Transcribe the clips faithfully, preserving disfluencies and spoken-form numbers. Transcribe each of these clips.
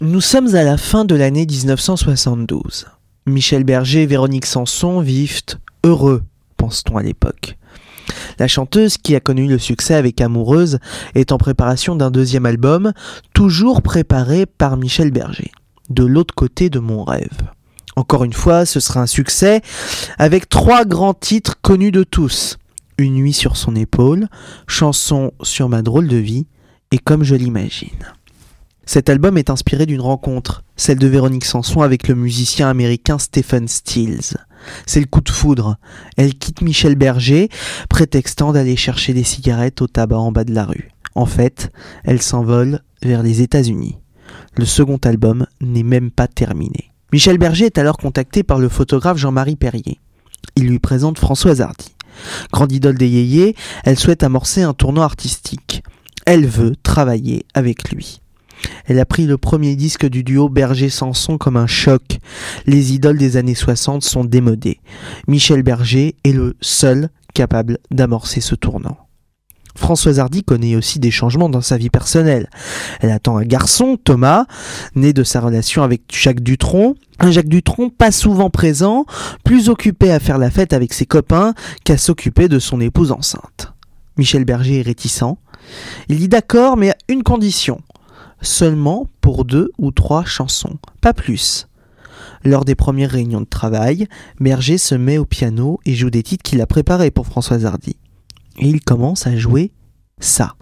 Nous sommes à la fin de l'année dix-neuf cent soixante-douze. Michel Berger et Véronique Sanson vivent heureux, pense-t-on à l'époque. La chanteuse, qui a connu le succès avec Amoureuse, est en préparation d'un deuxième album, toujours préparé par Michel Berger. De l'autre côté de mon rêve. Encore une fois, ce sera un succès, avec trois grands titres connus de tous. Une nuit sur son épaule, Chanson sur ma drôle de vie, et Comme je l'imagine. Cet album est inspiré d'une rencontre, celle de Véronique Sanson avec le musicien américain Stephen Stills. C'est le coup de foudre. Elle quitte Michel Berger, prétextant d'aller chercher des cigarettes au tabac en bas de la rue. En fait, elle s'envole vers les États-Unis. Le second album n'est même pas terminé. Michel Berger est alors contacté par le photographe Jean-Marie Perrier. Il lui présente Françoise Hardy. Grande idole des yéyés, elle souhaite amorcer un tournant artistique. Elle veut travailler avec lui. Elle a pris le premier disque du duo Berger-Sanson comme un choc. Les idoles des années soixante sont démodées. Michel Berger est le seul capable d'amorcer ce tournant. Françoise Hardy connaît aussi des changements dans sa vie personnelle. Elle attend un garçon, Thomas, né de sa relation avec Jacques Dutronc. Un Jacques Dutronc pas souvent présent, plus occupé à faire la fête avec ses copains qu'à s'occuper de son épouse enceinte. Michel Berger est réticent. Il dit d'accord, mais à une condition. Seulement pour deux ou trois chansons, pas plus. Lors des premières réunions de travail, Berger se met au piano et joue des titres qu'il a préparés pour Françoise Hardy. Et il commence à jouer ça.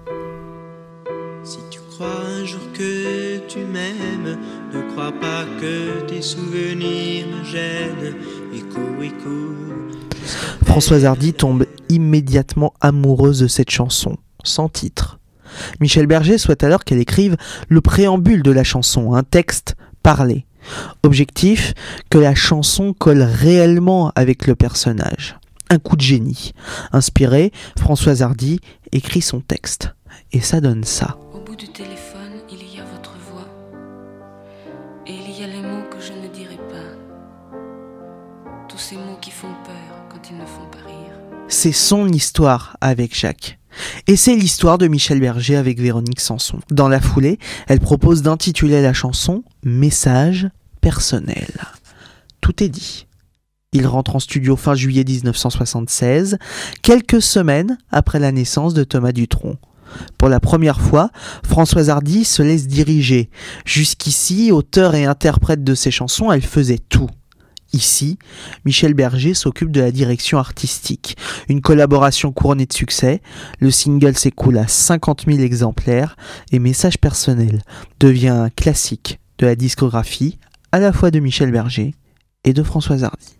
Si tu crois un jour que tu m'aimes, ne crois pas que tes souvenirs me gênent. Écho, écho. Françoise Hardy tombe immédiatement amoureuse de cette chanson, sans titre. Michel Berger souhaite alors qu'elle écrive le préambule de la chanson, un texte parlé. Objectif, que la chanson colle réellement avec le personnage. Un coup de génie. Inspiré, Françoise Hardy écrit son texte. Et ça donne ça. Au bout du téléphone, il y a votre voix. Et il y a les mots que je ne dirai pas. Tous ces mots qui font peur quand ils ne font pas rire. C'est son histoire avec Jacques. Et c'est l'histoire de Michel Berger avec Véronique Sanson. Dans la foulée, elle propose d'intituler la chanson « Message personnel ». Tout est dit. Il rentre en studio fin juillet dix-neuf cent soixante-seize, quelques semaines après la naissance de Thomas Dutronc. Pour la première fois, Françoise Hardy se laisse diriger. Jusqu'ici, auteure et interprète de ses chansons, elle faisait tout. Ici, Michel Berger s'occupe de la direction artistique. Une collaboration couronnée de succès, le single s'écoule à cinquante mille exemplaires et Message personnel devient un classique de la discographie à la fois de Michel Berger et de Françoise Hardy.